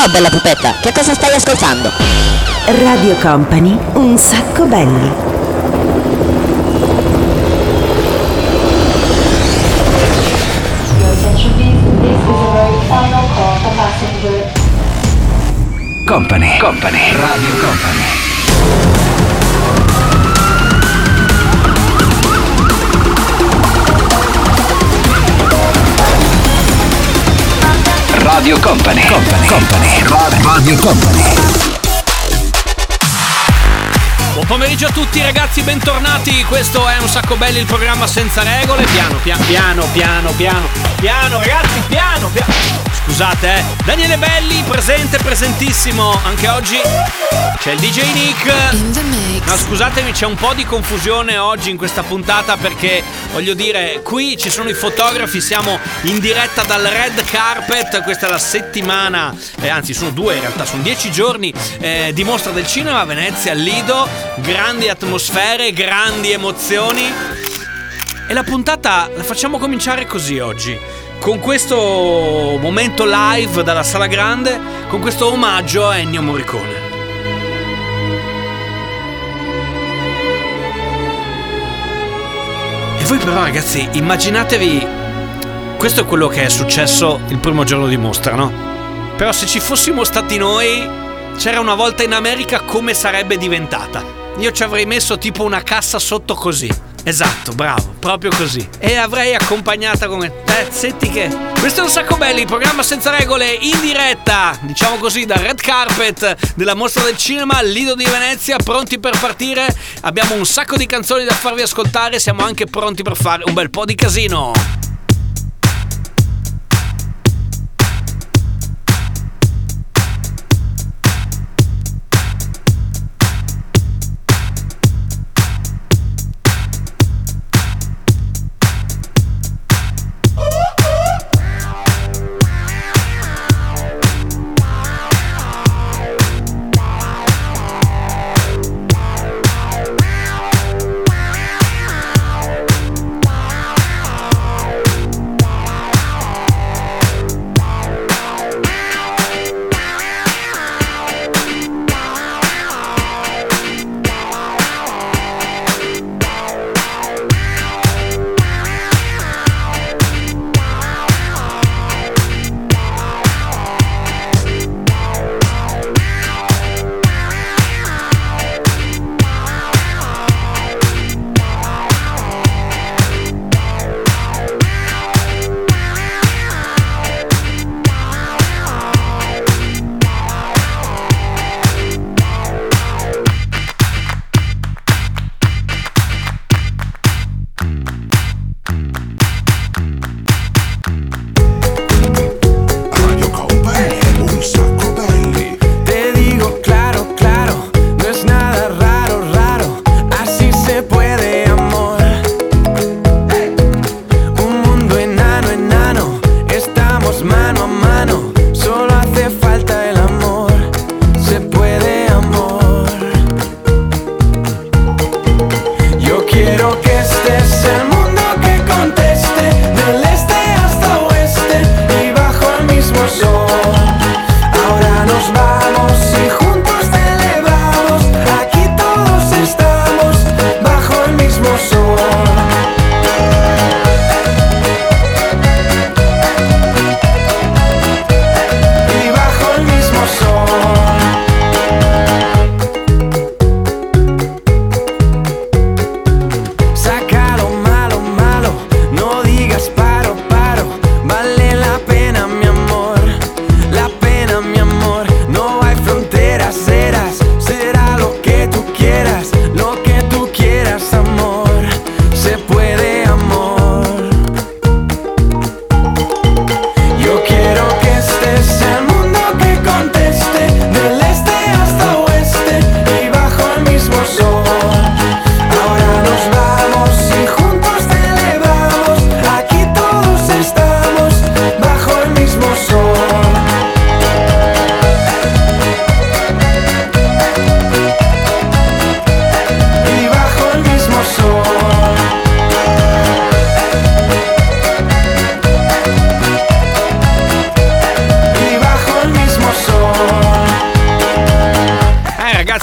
Ciao bella pupetta, che cosa stai ascoltando? Radio Company, un sacco belli. Company, Radio Company. Radio Company. Radio Company. Buon pomeriggio a tutti ragazzi, bentornati. Questo è Un Sacco Belli, il programma senza regole. Piano ragazzi, piano. Scusate, Daniele Belli, presentissimo. Anche oggi c'è il DJ Nick. No, scusatemi, c'è un po' di confusione oggi in questa puntata perché, voglio dire, qui ci sono i fotografi, siamo in diretta dal Red Carpet. Questa è la settimana, anzi sono 2 in realtà, sono 10 giorni di mostra del cinema a Venezia, al Lido. Grandi atmosfere, grandi emozioni. E la puntata la facciamo cominciare così oggi, con questo momento live dalla Sala Grande, con questo omaggio a Ennio Morricone. E voi però ragazzi, immaginatevi, questo è quello che è successo il primo giorno di mostra, no? Però se ci fossimo stati noi, c'era una volta in America, come sarebbe diventata? Io ci avrei messo tipo una cassa sotto così. Esatto, bravo, proprio così. E avrei accompagnata come pezzetti che... Questo è Un Sacco Belli, il programma senza regole, in diretta, diciamo così, dal Red Carpet della mostra del cinema al Lido di Venezia, pronti per partire. Abbiamo un sacco di canzoni da farvi ascoltare, siamo anche pronti per fare un bel po' di casino.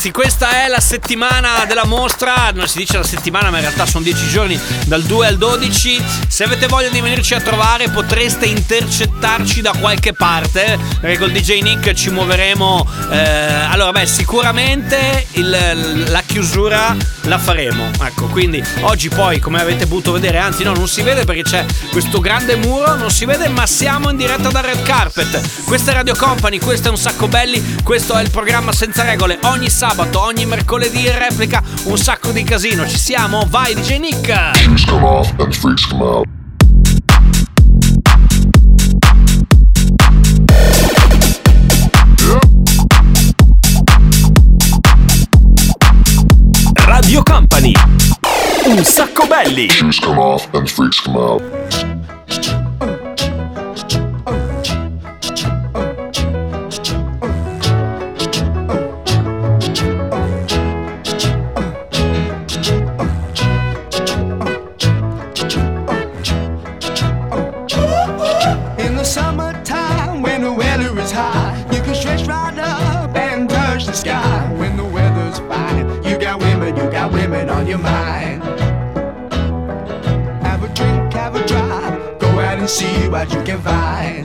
ragazzi, questa è la settimana della mostra. Non si dice la settimana, ma in realtà sono 10 giorni, dal 2 al 12. Se avete voglia di venirci a trovare, potreste intercettarci da qualche parte, perché col DJ Nick ci muoveremo. Allora, sicuramente la chiusura la faremo. Ecco, quindi oggi poi, come avete potuto vedere, anzi no, non si vede perché c'è questo grande muro, non si vede, ma siamo in diretta da Red Carpet. Questa è Radio Company, questo è Un Sacco Belli, questo è il programma Senza Regole. Ogni sabato, ogni mercoledì in replica, un sacco di casino. Ci siamo? Vai DJ Nick! Shoes come off and freaks come out. Radio Company, Un Sacco Belli. Shoes come off and freaks come out. In the summertime, when the weather is high, you can stretch right up and touch the sky. When the weather's fine, you got women on your mind. Have a drink, have a drive, go out and see what you can find.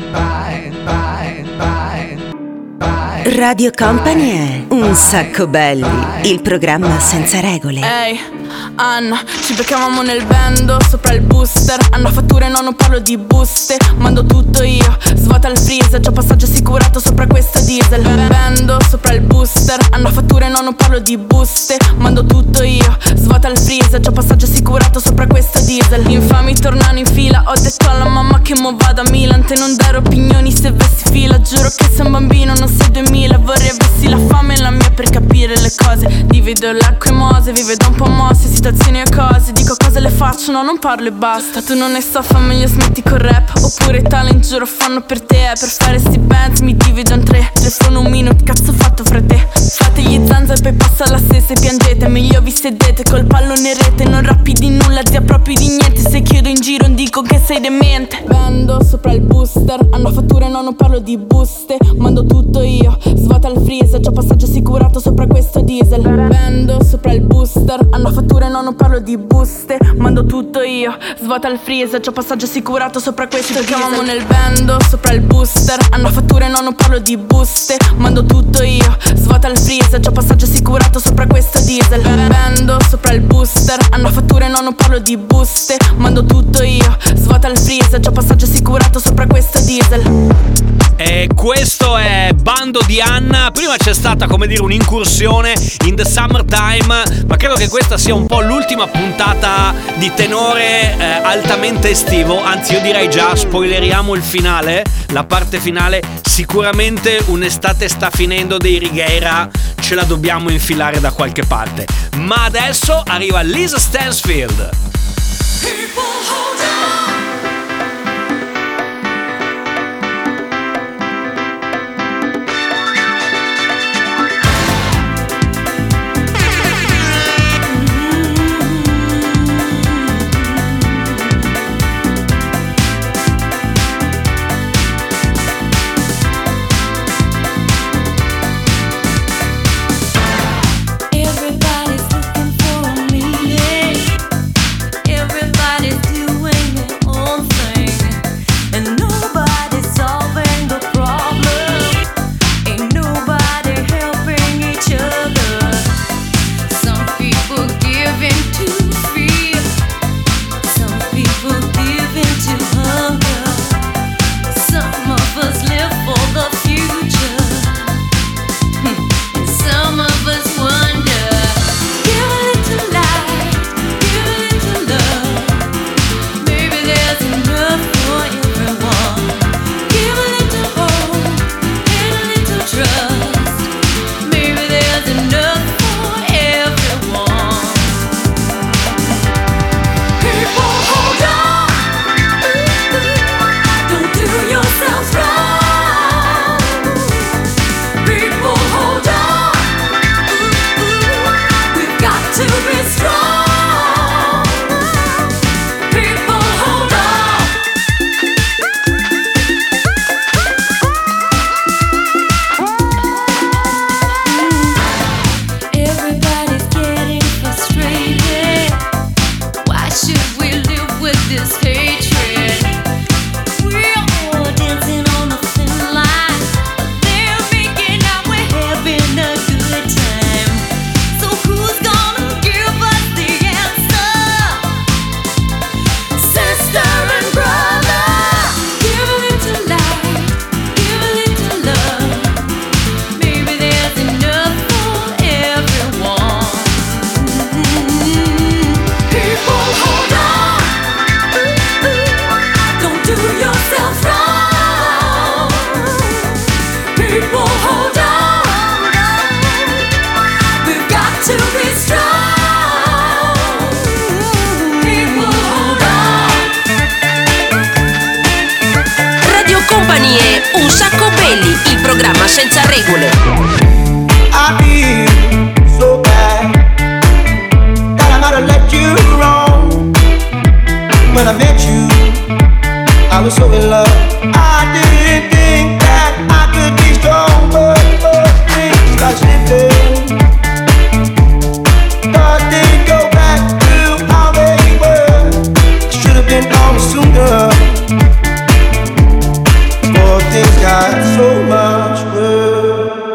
Radio Company è Un Sacco Belli, il programma senza regole. Ehi, Anna, ci beccavamo nel bando, sopra il booster. Hanno fatture, no, non parlo di buste. Mando tutto io, svuota il freezer. C'ho passaggio assicurato sopra questo diesel. Bando, sopra il booster. Hanno fatture, no, non parlo di buste. Mando tutto io, svuota il freezer. C'ho passaggio assicurato sopra questo diesel. Infami tornano in fila, ho detto alla mamma che mo vado a Milan. Te non dare opinioni se vessi fila. Giuro che sei un bambino, non sei 2000. Vorrei avessi la fame e la mia per capire le cose. Divido l'acqua e mose, vive da un po' mosse, situazioni e cose. Dico cose le faccio, no, non parlo e basta. Tu non ne so, fa meglio smetti col rap. Oppure talent, giuro fanno per te. Per fare sti bands mi divido in tre. Telefono un minuto, cazzo fatto fra te. Fate gli zanza e poi passa la stessa e piangete. Meglio vi sedete col pallone in rete. Non rappi di nulla, zia proprio di niente. Se chiedo in giro dico che sei demente. Bando sopra il booster. Hanno fatture, no, non parlo di buste. Mando tutto io, svuota il freezer. C'ho passaggio assicurato sopra questo diesel. Bando sopra il booster. Hanno fatture, no, non parlo di buste. Mando tutto io, svuota il freezer. C'ho passaggio assicurato sopra questo diesel. Ci chiamiamo nel bando sopra il booster. Hanno fatture, no, non parlo di buste. Mando tutto io, svuota il freezer. C'ho passaggio assicurato sopra questo diesel. Bando sopra il booster. Hanno fatture, no, non parlo di buste. Mando tutto io, svuota il freezer. C'ho passaggio assicurato sopra questo diesel. E questo è Bando di Anna. Prima c'è stata, come dire, un'incursione in The Summertime, ma credo che questa sia un po' l'ultima puntata di tenore altamente estivo. Anzi, io direi già, spoileriamo il finale, la parte finale. Sicuramente un'estate sta finendo dei Righeira, ce la dobbiamo infilare da qualche parte. Ma adesso arriva Lisa Stansfield. People hold on. Everybody's looking for me. Everybody's doing Un sacco belli, il programma senza regole. I feel so bad that I might have let you wrong. When I met you, I was so in love. I didn't think that I could be strong, but things got slipping. Thought they'd go back to how they were. Should have been on sooner. But things got so much worse.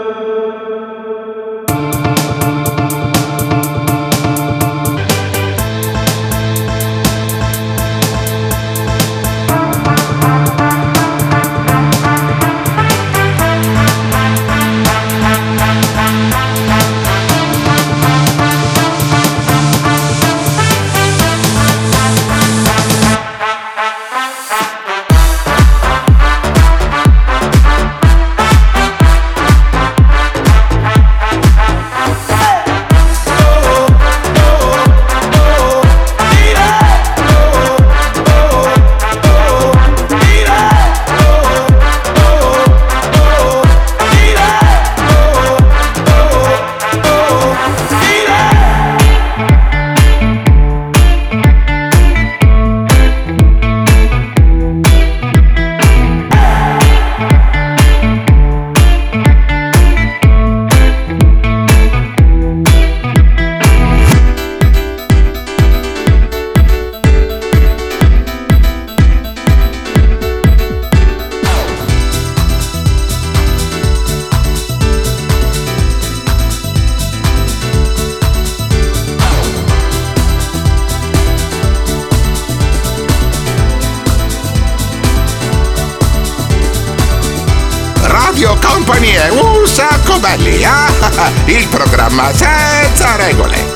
Radio Company è un sacco belli, il programma senza regole.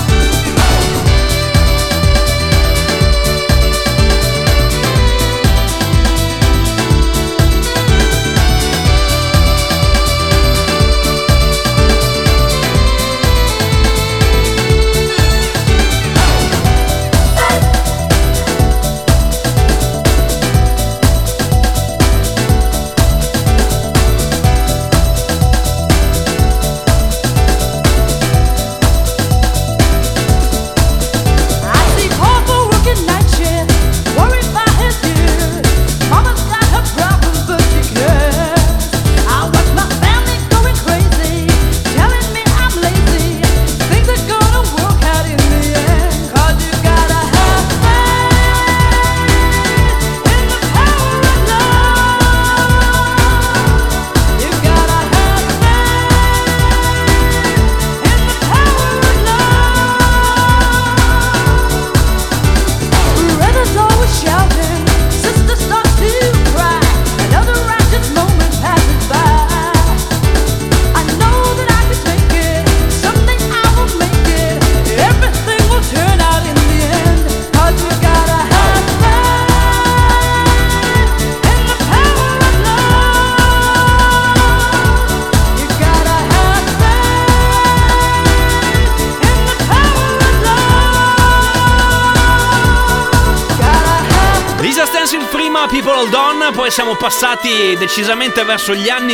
People Hold On, poi siamo passati decisamente verso gli anni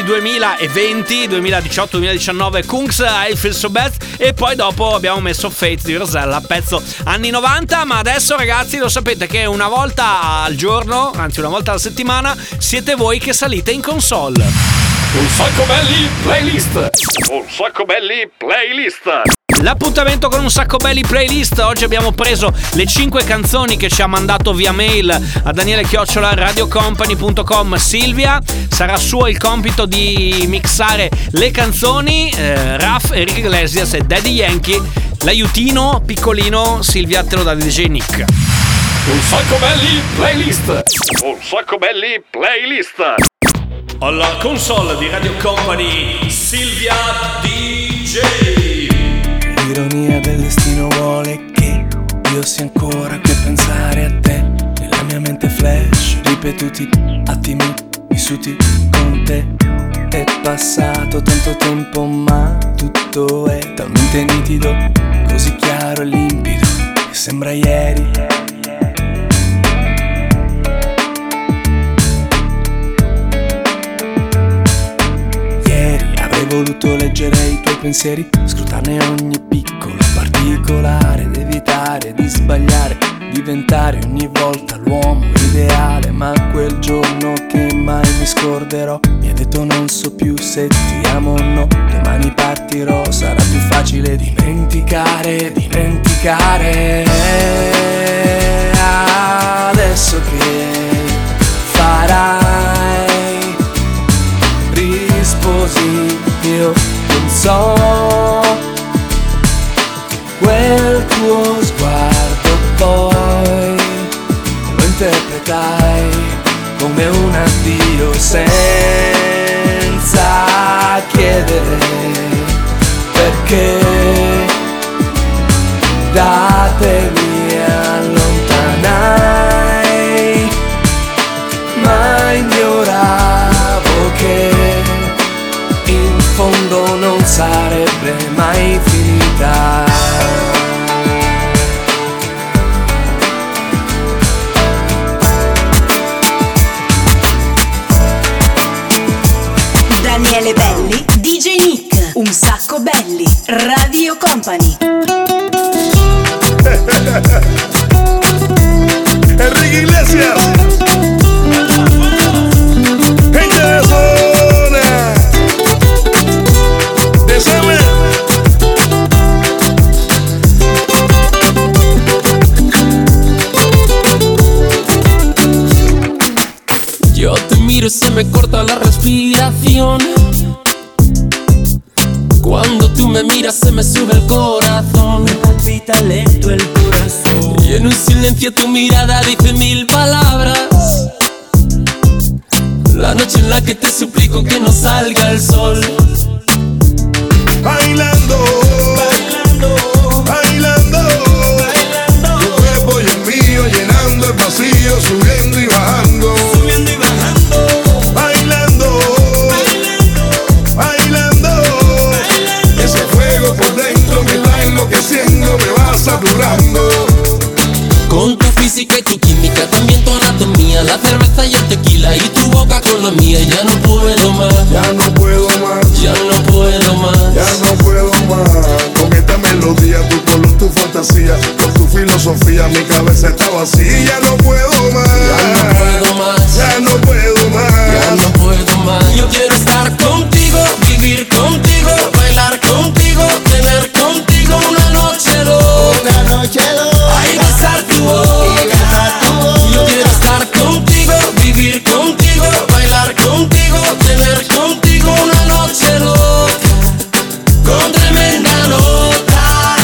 2020, 2018, 2019, Kungs, I Feel So Bad, e poi dopo abbiamo messo Fate di Rosella, pezzo anni 90, ma adesso ragazzi lo sapete che una volta al giorno, anzi una volta alla settimana, siete voi che salite in console. Un sacco belli playlist. Un sacco belli playlist. L'appuntamento con un sacco belli playlist. Oggi abbiamo preso le 5 canzoni che ci ha mandato via mail a daniele@radiocompany.com Silvia. Sarà suo il compito di mixare le canzoni. Raf, Enrique Iglesias e Daddy Yankee. L'aiutino piccolino Silvia te lo dà di DJ Nick. Un sacco belli playlist. Un sacco belli playlist. Alla console di Radio Company Silvia DJ. L'ironia del destino vuole che io sia ancora qui a pensare a te. Nella mia mente flash, ripetuti attimi vissuti con te. È passato tanto tempo ma tutto è talmente nitido, così chiaro e limpido che sembra ieri. voluto leggere i tuoi pensieri, scrutarne ogni piccolo particolare ed evitare di sbagliare, diventare ogni volta l'uomo ideale. Ma quel giorno che mai mi scorderò, mi hai detto non so più se ti amo o no. Domani partirò, sarà più facile dimenticare. Adesso che farai? Risposi, io non so. Quel tuo sguardo poi lo interpretai come un addio senza chiedere perché. Da te mi allontanai, ma ignoravo che in fondo non sarebbe mai finita. Daniele Belli, DJ Nick, Un Sacco Belli, Radio Company. Enrique Iglesias, gente de zona, Desame. Yo te miro y se me corta la respiración. Cuando tú me miras se me sube el corazón. Me palpita lento el corazón. Y en un silencio tu mirada dice 1000 palabras. La noche en la que te suplico que no salga el sol. Bailando, bailando, bailando, bailando. Tu cuerpo y el mío llenando el vacío, subiendo y bajando. Subiendo y bajando. Bailando, bailando, bailando. Ese fuego por dentro me va enloqueciendo, me va saturando. Con tu física y tu química, también tu anatomía, la cerveza y el tequila y tu boca con la mía. Ya no puedo más, ya no puedo más, ya no puedo más, ya no puedo más. Con esta melodía, tu color, tu fantasía, con tu filosofía, mi cabeza está vacía. Ya no puedo más, ya no puedo más, ya no puedo más, ya no puedo más. Yo quiero estar contigo, vivir contigo, bailar contigo, tener contigo una noche loca. Una noche loca. Ay, besar tu boca. Yo quiero estar contigo, vivir contigo, bailar contigo, tener contigo una noche loca, con tremenda nota.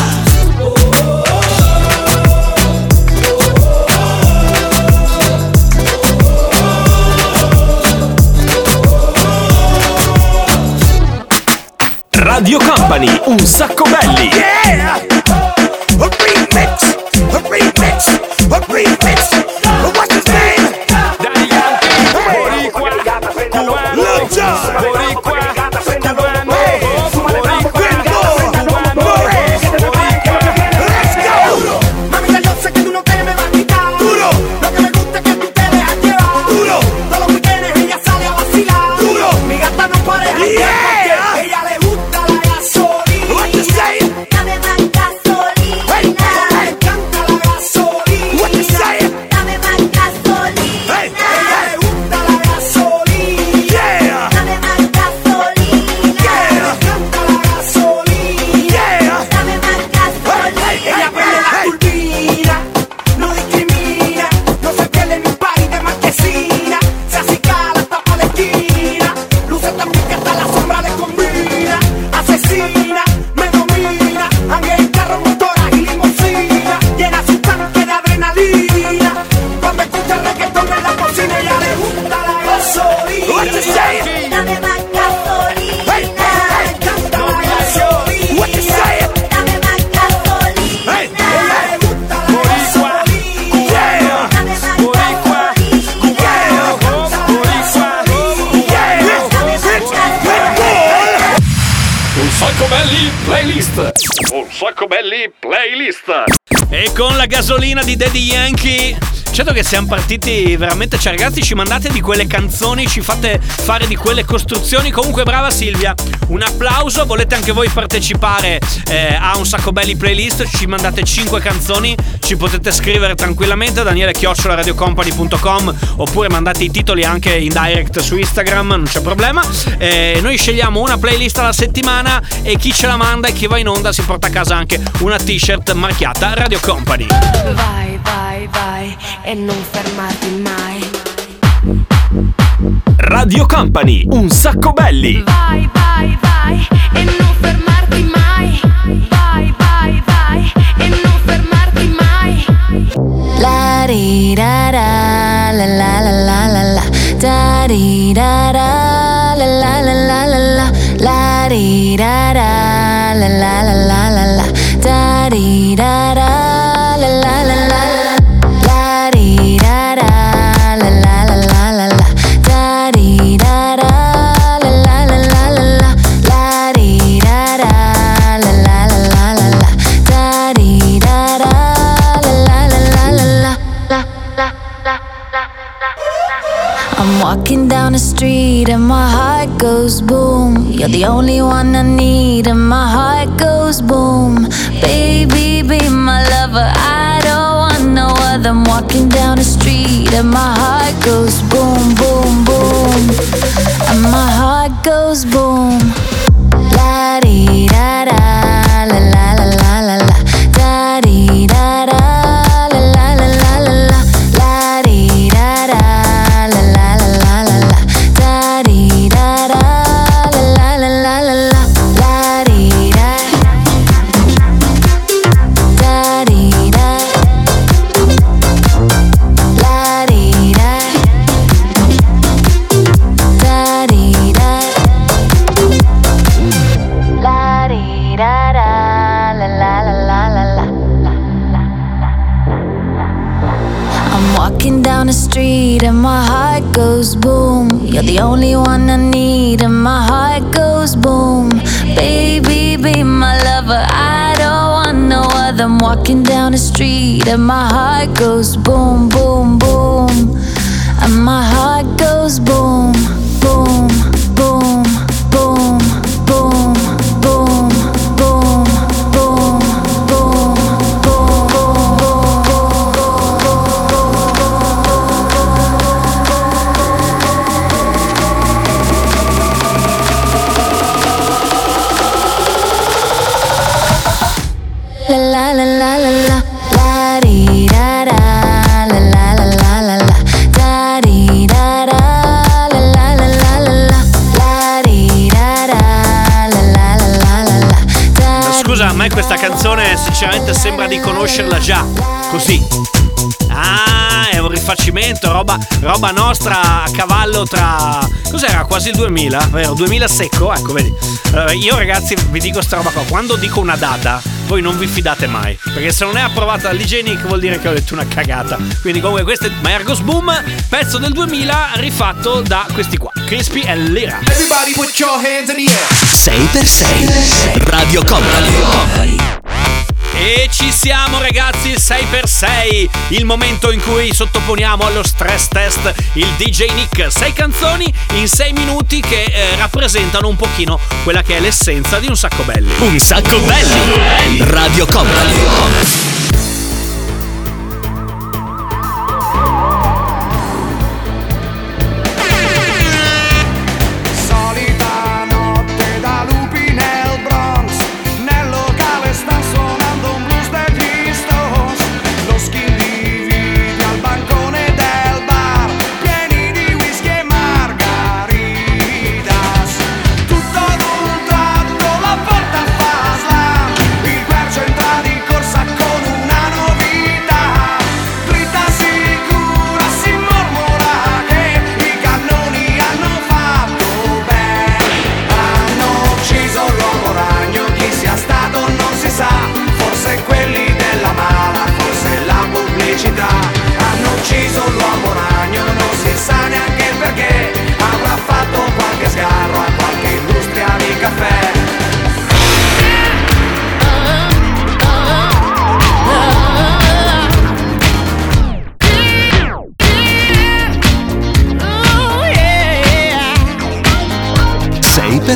Radio Company, Un Sacco Belli. Yeah! A remix, a remix, a remix. What's his name? Daddy Yankee, boricua, cubano, Lucha. boricua, cubano, Let's go! Mami, yo sé que tú no te me vas a quitar. Duro. Lo que me gusta es que tú te dejas llevar. Duro. Todos los weekends ella sale a vacilar. Duro. Mi gata no para de janguear Yeah. porque ella le gusta la gasolina. What you say? Dame más gasolina. Hey. Le encanta la gasolina. What you say? Dame más gasolina. Hey. Ella le gusta la gasolina. Yeah. Dame más gasolina. Yeah. Le encanta la gasolina. Yeah. Dame más gasolina. Ella prende la turbina, no discrimina, no se pierde ni un party de marquesina. Se acicala hasta pa' la esquina, luce tan bien que hasta la sombra le combina. Asesina, me domina, anda en carro, motoras y limusina. Llena su tanque de adrenalina, cuando escucha reggaetón en la cocina. Ella le gusta la gasolina. What you say? Dame más gasolina. Hey. Le encanta la gasolina. What you say? Dame más gasolina. Hey. Ella le gusta la gasolina. Yeah. Dame más boricua, gasolina. Un Sacco Belli playlist. Un Sacco Belli playlist. E con la gasolina di Daddy Yankee Certo che siamo partiti veramente, cioè ragazzi, ci mandate di quelle canzoni, ci fate fare di quelle costruzioni. Comunque brava Silvia, un applauso. Volete anche voi partecipare a Un Sacco Belli playlist? Ci mandate 5 canzoni, ci potete scrivere tranquillamente a daniele@radiocompany.com, oppure mandate i titoli anche in direct su Instagram, non c'è problema. Noi scegliamo una playlist alla settimana e chi ce la manda e chi va in onda si porta a casa anche una t-shirt marchiata Radio Company. Vai, vai, vai e non fermarti mai. Radio Company, Un Sacco Belli. Vai, vai, vai e non fermarti mai. Vai, vai, vai e non fermarti mai. La di da da la la la la la la da di da da la la la la la la la di da da la la la la la la da di da da la la la la la di da da la la la la la la da di da da la la la la la la la di da da la la la la la la da di da da la la la la la la. I'm walking down the street and my heart goes boom. You're the only one I need and my heart goes boom. Baby, be my lover, I don't want no other. I'm walking down the street and my heart goes boom, boom, boom. And my heart goes boom. La di da da la la la la la la da di da da la la la la la la la di da da la la la la la la da di da da la la la la la la la di da da di da la di da da di da la di da da la la la la la la. I'm walking down the street and my heart goes boom. You're the only one I need and my heart goes boom. Baby, be my lover, I don't want no other. I'm walking down the street and my heart goes boom, boom, boom. And my heart goes boom, boom, boom, boom, boom, boom, boom, boom, boom, la la la la la la la di da da la la la la la la da di da da la la la la la la la di da da la la la la la la da. Scusa, a me questa canzone sinceramente sembra di conoscerla già, così. Ah, è un rifacimento, roba nostra a cavallo tra... Cos'era? Quasi il 2000, vero? 2000 secco, ecco, vedi. Io ragazzi vi dico sta roba qua, quando dico una data voi non vi fidate mai, perché se non è approvata dal DJ Nick vuol dire che ho detto una cagata. Quindi comunque questo è My Heart Goes Boom, pezzo del 2000 rifatto da questi qua, Crispy e Lira. Everybody put your hands in the air. 6x6 Radio Company. E ci siamo ragazzi, il 6x6, il momento in cui sottoponiamo allo stress test il DJ Nick. 6 canzoni in 6 minuti che rappresentano un pochino quella che è l'essenza di Un Sacco Belli. Un Sacco Belli Radio Company. Solita notte da lupi nel Bronx, nel locale sta suonando un blues degli Stones. Lo skin divide al bancone del bar, pieni di whisky e margaritas. Tutto ad un tratto la porta fa slam, il quercio entra di corsa con un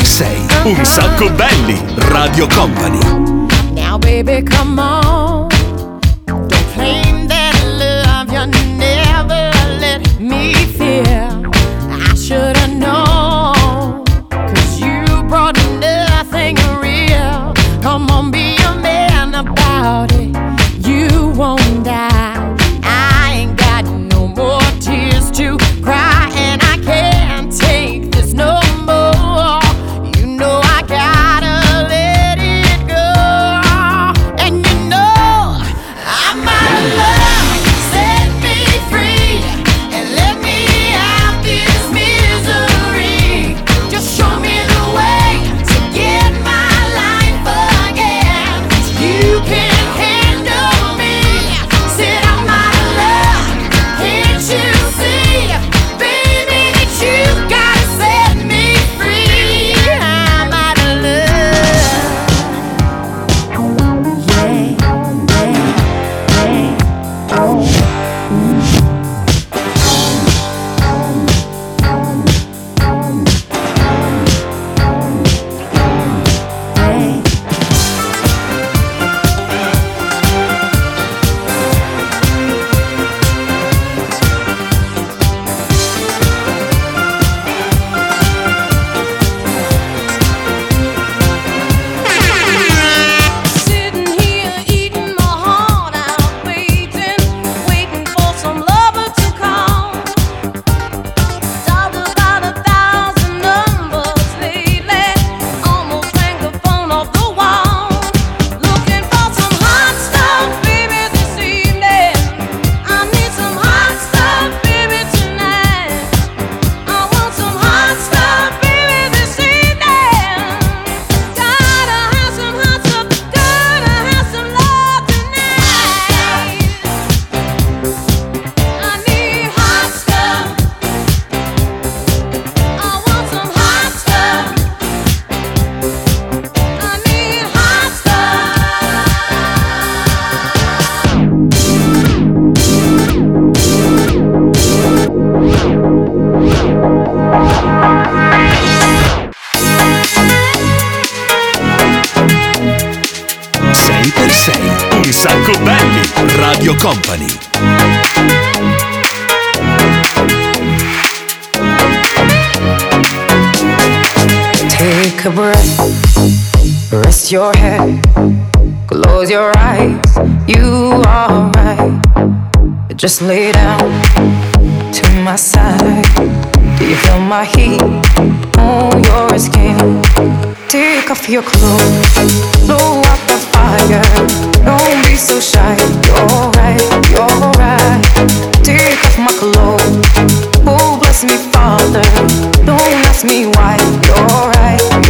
6x6, un sacco belli, Radio Company. Now baby come on, don't claim that love you never let me feel. I should've known, 'cause you brought nothing real. Come on, be a man about it, you won't die. I ain't got no more tears to cry, and I can't take this no more. You know I gotta let it go, and you know I'm out of love. Set me free and let me out this misery. Just show me the way to get my life again. You can handle me. Said I'm out of love. Can't you see, baby, that you gotta set me free? I'm out of love. Sitting here eating my heart out, waiting for some lover to come. Talked about 1,000 numbers lately, almost rang the phone off the wall. Looking for some hot stuff, baby, this evening. I need some hot stuff, baby, tonight. I want some hot stuff, baby, this evening. Gotta have some hot stuff, gotta have some love tonight. I need hot stuff. I want some hot stuff. I need hot Sei per sei, un sacco belli, Radio Company. Take a breath, rest your head, close your eyes, you are right. Just lay down to my side. Do you feel my heat on your skin? Take off your clothes, blow out the fire. Don't be so shy, you're right. Take off my clothes, oh bless me Father. Don't ask me why, you're right.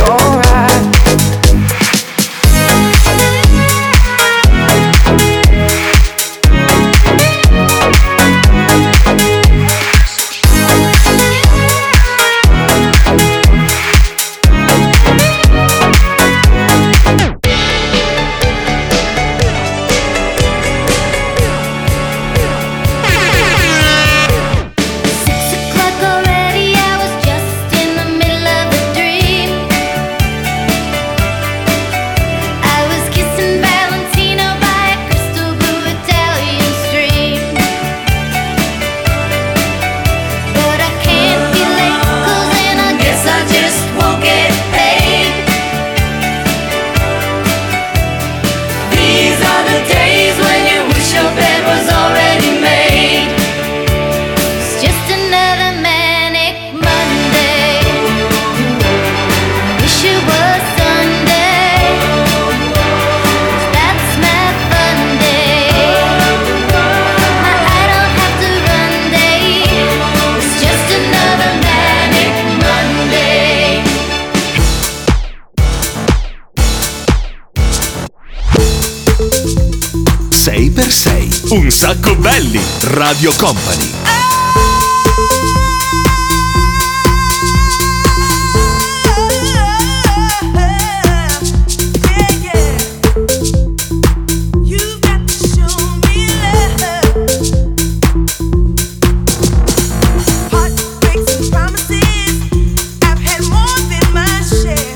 Sei per sei, un sacco belli, Radio Company. Heartbreaks and promises, I've had more than my share.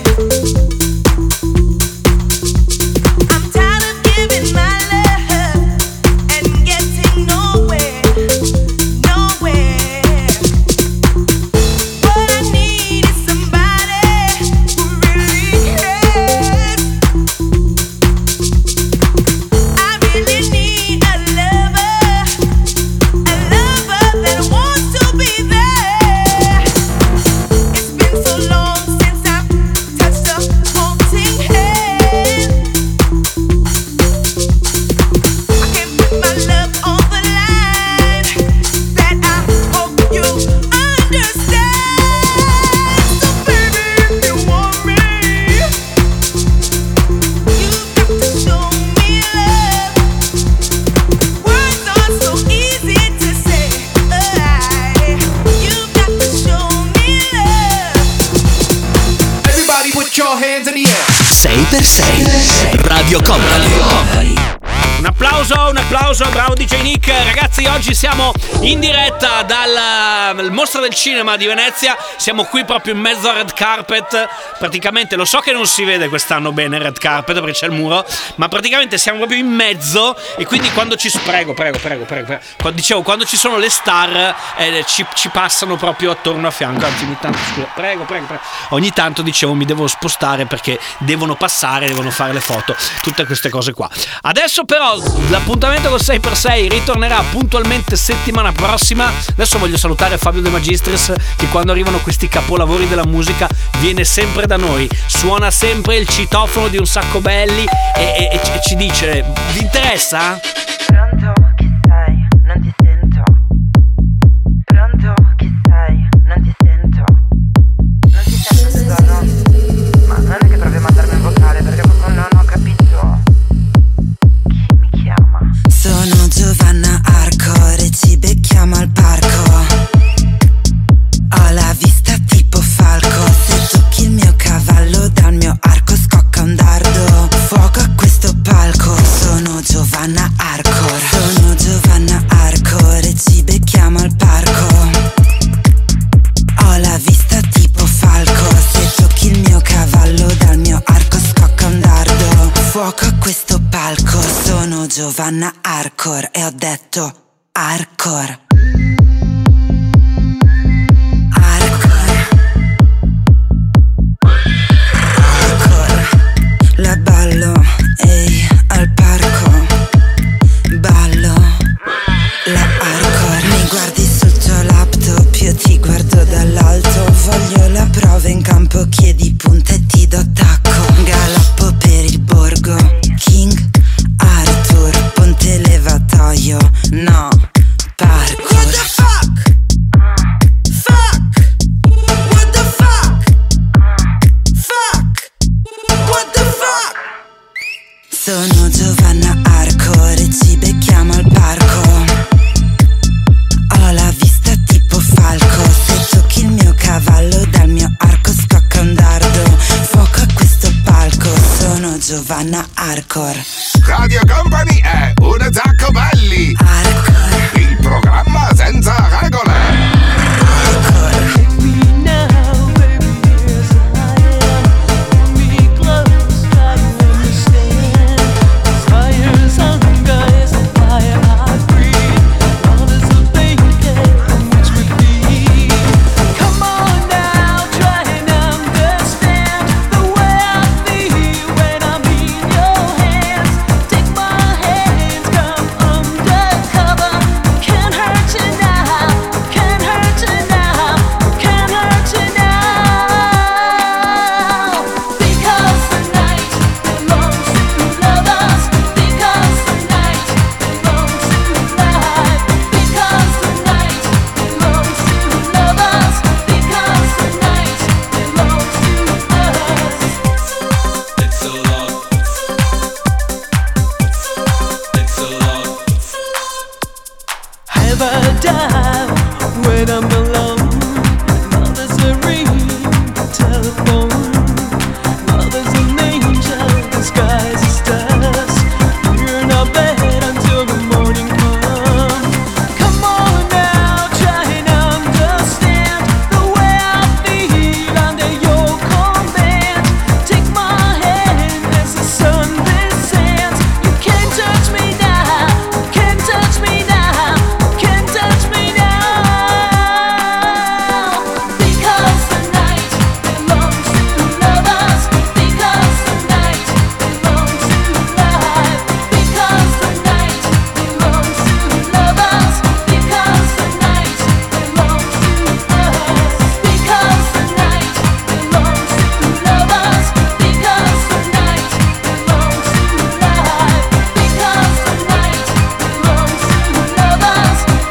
6x6 Radio Company. Un applauso, bravo DJ Nick. Ragazzi, oggi siamo in diretta dal Mostra del Cinema di Venezia. Siamo qui proprio in mezzo al red carpet. Praticamente, lo so che non si vede quest'anno bene il red carpet perché c'è il muro, ma praticamente siamo proprio in mezzo. E quindi quando ci... Prego. Dicevo, quando ci sono le star ci passano proprio attorno a fianco. Anzi, ogni tanto, scusa, prego. Ogni tanto, dicevo, mi devo spostare perché devono passare, devono fare le foto, tutte queste cose qua. Adesso però l'appuntamento col 6x6 ritornerà puntualmente settimana prossima. Adesso voglio salutare Fabio De Magistris, che quando arrivano questi capolavori della musica viene sempre da noi, suona sempre il citofono di Un Sacco Belli e ci dice: vi interessa? Pronto, chi sei? Non ti sento. Pronto, chi sei? Non ti sento. Non ti sento, tesoro. Ma non è che provi a mandarmi un vocale perché proprio non ho capito. Sono Giovanna Arcore, ci becchiamo al parco. Ho la vista tipo falco, se tocchi il mio cavallo dal mio arco scocca un dardo. Fuoco a questo palco, sono Giovanna Arcore. Sono Giovanna Arcore, ci becchiamo al parco. Ho la vista tipo falco, se tocchi il mio cavallo dal mio arco scocca un dardo. Fuoco a questo palco, sono Giovanna Arcore e ho detto Arcore. Arcore, la ballo, ehi, al parco. Ballo, la Arcore. Mi guardi sul tuo laptop, io ti guardo dall'alto. Voglio la prova in campo, chiedi punta e ti do tacco. Galoppo per il borgo, King Arthur, ponte levatoio, no, parkour. What the fuck? Fuck. What the fuck? Fuck. What the fuck? Sono Giovanna Arcore, ci becchiamo al parco. Ho la vista tipo falco, se tocchi il mio cavallo dal mio arco scocca un dardo. Fuoco a questo palco, sono Giovanna Arcore. Radio Company è Un Sacco Belli. Arcore. Il programma senza regole. Arcore.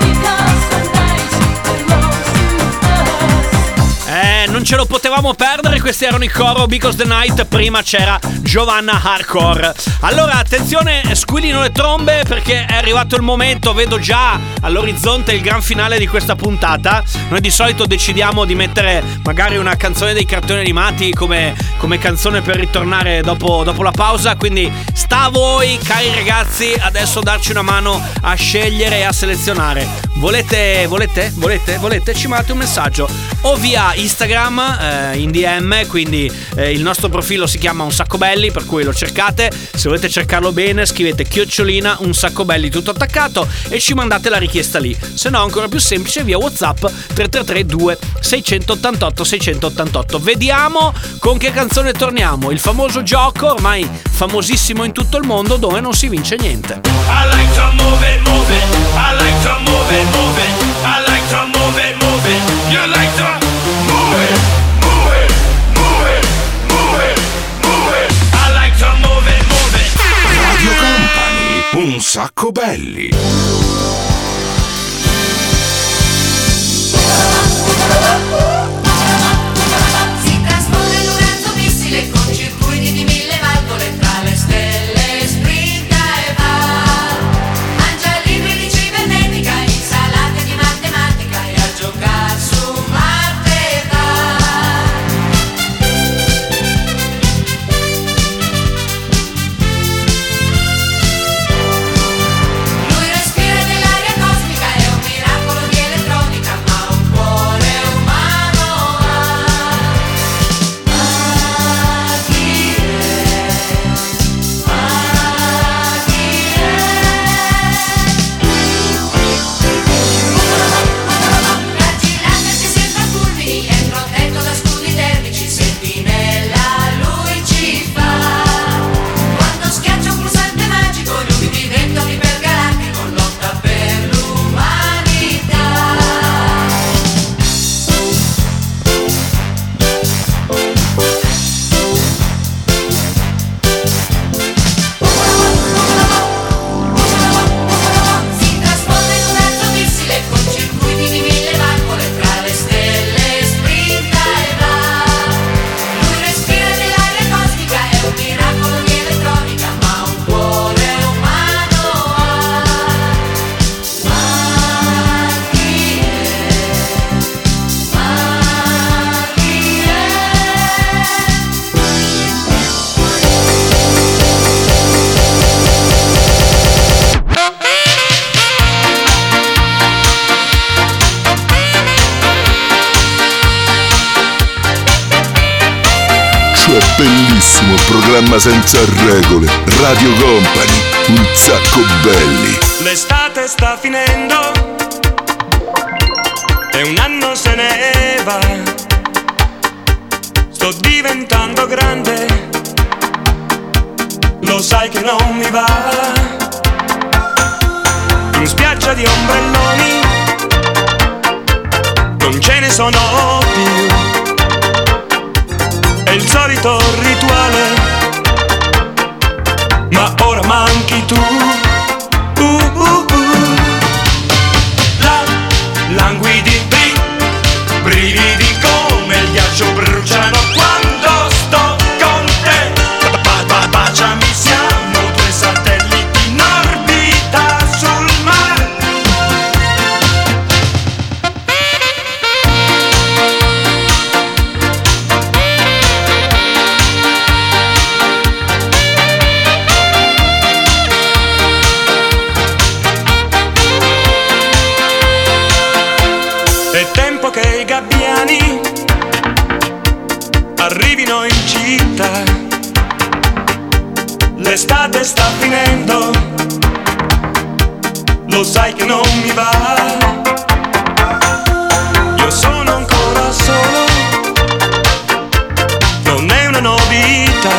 Ce lo potevamo perdere signori, questi erano i Coro Because the Night, prima c'era Giovanna Hardcore. Allora attenzione, squillino le trombe perché è arrivato il momento, vedo già all'orizzonte il gran finale di questa puntata. Noi di solito decidiamo di mettere magari una canzone dei cartoni animati come canzone per ritornare dopo la pausa, quindi sta a voi cari ragazzi adesso darci una mano a scegliere e a selezionare. Volete? Ci mandate un messaggio o via Instagram in DM, quindi il nostro profilo si chiama Un Sacco Belli, per cui lo cercate. Se volete cercarlo bene scrivete @ Un Sacco Belli tutto attaccato e ci mandate la richiesta lì. Se no ancora più semplice via WhatsApp 333 2688 688. Vediamo con che canzone torniamo, il famoso gioco ormai famosissimo in tutto il mondo dove non si vince niente. I like to move it, move it. I like to move it, move it. I like to move it, move it. You like to move it, move it, move it, move it, move it. I like to move it, move it. Radio Company, Un Sacco Belli. Si trasforma in un razzo missile con circuiti di 1000 valvole tra le stelle, sprinta e va. Mangia libri di cibernetica, insalate di matematica e a giocare su Marte va. Lui respira dell'aria cosmica, è un miracolo di elettronica, ma un cuore umano ha. Ma chi è? Ma chi Raggi laser che sembra fulmini, è protetto da scudi termici, sentinella lui ci fa. Quando schiaccia un pulsante magico, lui diventa un ipergalattico, lotta per l'umanità. Si trasforma in un razzo missile con circuiti di 1000 valvole tra le stelle, sprinta e va. Lui respira dell'aria cosmica, è un miracolo di elettronica, ma un cuore umano ha. Ma chi è? Ma chi è? C'è bellissimo programma senza regole. Radio Company, Un Sacco Belli. L'estate sta finendo e un anno se ne va. Sto diventando grande, lo sai che non mi va. In spiaggia di ombrelloni non ce ne sono più. È il solito rituale, ma ora manchi tu. Languidi, brividi come il ghiaccio bruciano quando sto con te. Baciami, siamo due satelliti in orbita sul mare. È tempo che i gabbiani arrivino in città. L'estate sta finendo, lo sai che non mi va. Io sono ancora solo, non è una novità.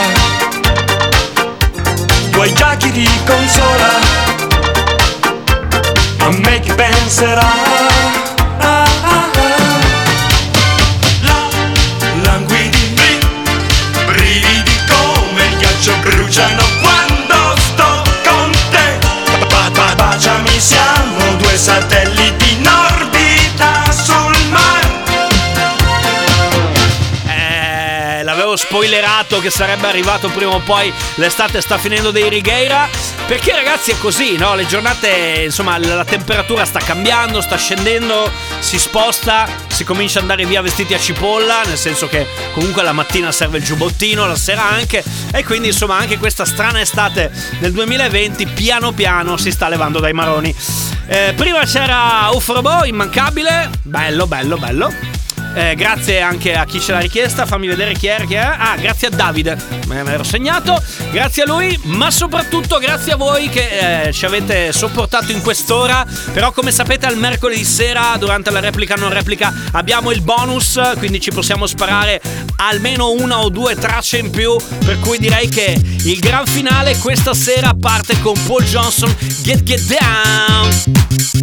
Tuoi giacchi di consola, a me chi penserà? Languidi, brividi come il ghiaccio bruciano quando sto con te. Baciami, siamo due satelliti in orbita sul mare. spoilerato che sarebbe arrivato prima o poi l'estate sta finendo dei Righeira, perché ragazzi è così, no? Le giornate, insomma, la temperatura sta cambiando, sta scendendo, si sposta, si comincia ad andare via vestiti a cipolla, nel senso che comunque la mattina serve il giubbottino, la sera anche, e quindi insomma anche questa strana estate nel 2020 piano piano si sta levando dai maroni. Prima c'era Ufrobo, immancabile, bello. Grazie anche a chi ce l'ha richiesta. Fammi vedere chi è. Ah, grazie a Davide, me l'ero segnato. Grazie a lui, ma soprattutto grazie a voi che ci avete sopportato in quest'ora. Però come sapete al mercoledì sera durante la replica non replica abbiamo il bonus, quindi ci possiamo sparare almeno una o due tracce in più, per cui direi che il gran finale questa sera parte con Paul Johnson, Get Down.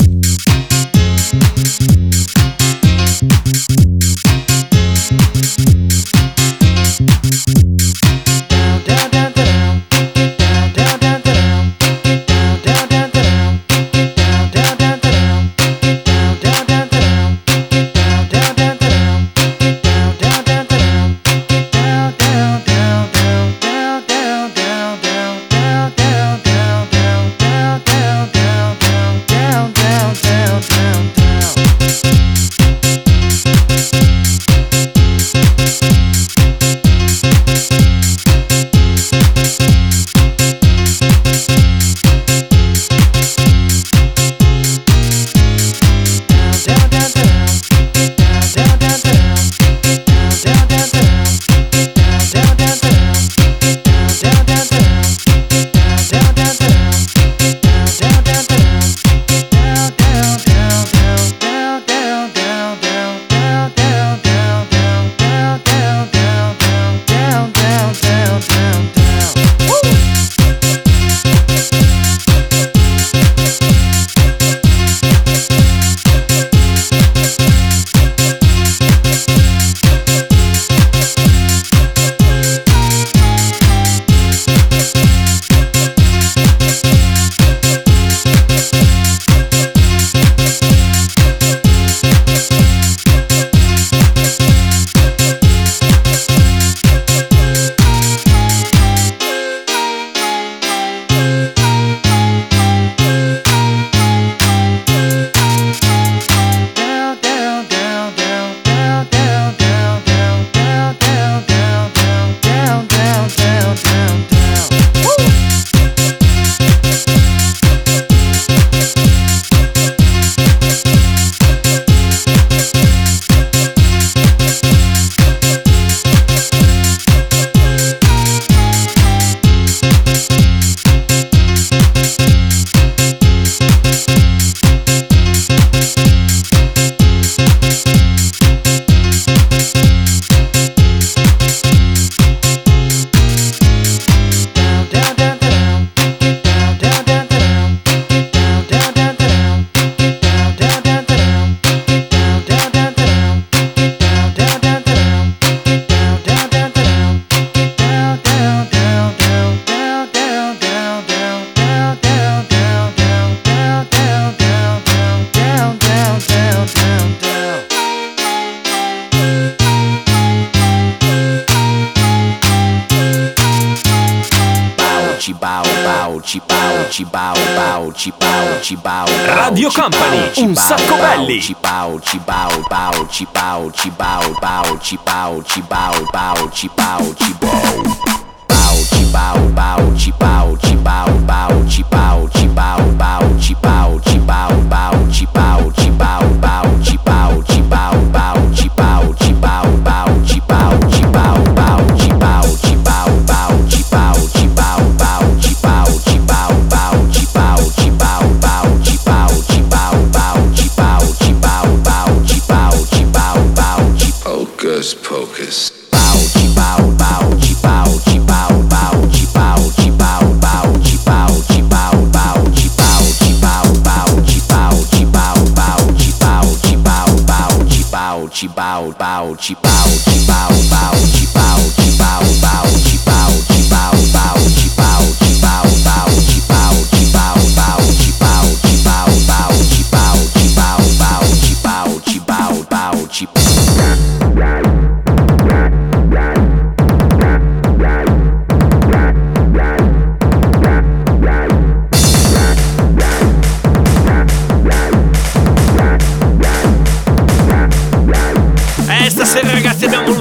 Radio Company, un sacco belli. Pocus.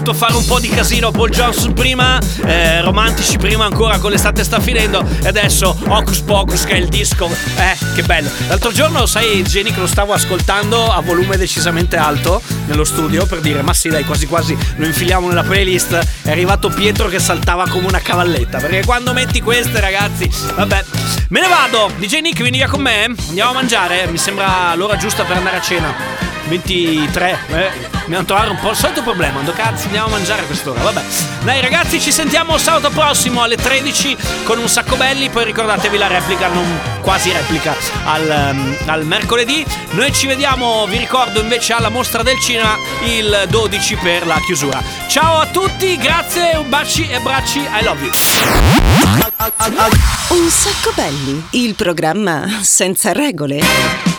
voluto fare un po' di casino. Paul Johnson prima, romantici prima ancora con l'estate sta finendo, e adesso Hocus Pocus, che è il disco. Che bello. L'altro giorno, sai, Jenny, che lo stavo ascoltando a volume decisamente alto nello studio per dire ma sì dai, quasi quasi lo infiliamo nella playlist. È arrivato Pietro che saltava come una cavalletta, perché quando metti queste, ragazzi, vabbè. Me ne vado. DJ Nick, vieni via con me? Andiamo a mangiare? Mi sembra l'ora giusta per andare a cena. 23, andiamo a trovare un po' il solito problema. Quando cazzo andiamo a mangiare a quest'ora? Vabbè. Dai ragazzi, ci sentiamo sabato prossimo alle 13 con Un Sacco Belli. Poi ricordatevi la replica, non quasi replica, al mercoledì. Noi ci vediamo, vi ricordo, invece alla Mostra del Cinema il 12 per la chiusura. Ciao a tutti, grazie, baci e abbracci, I love you. Un Sacco Belli, il programma senza regole.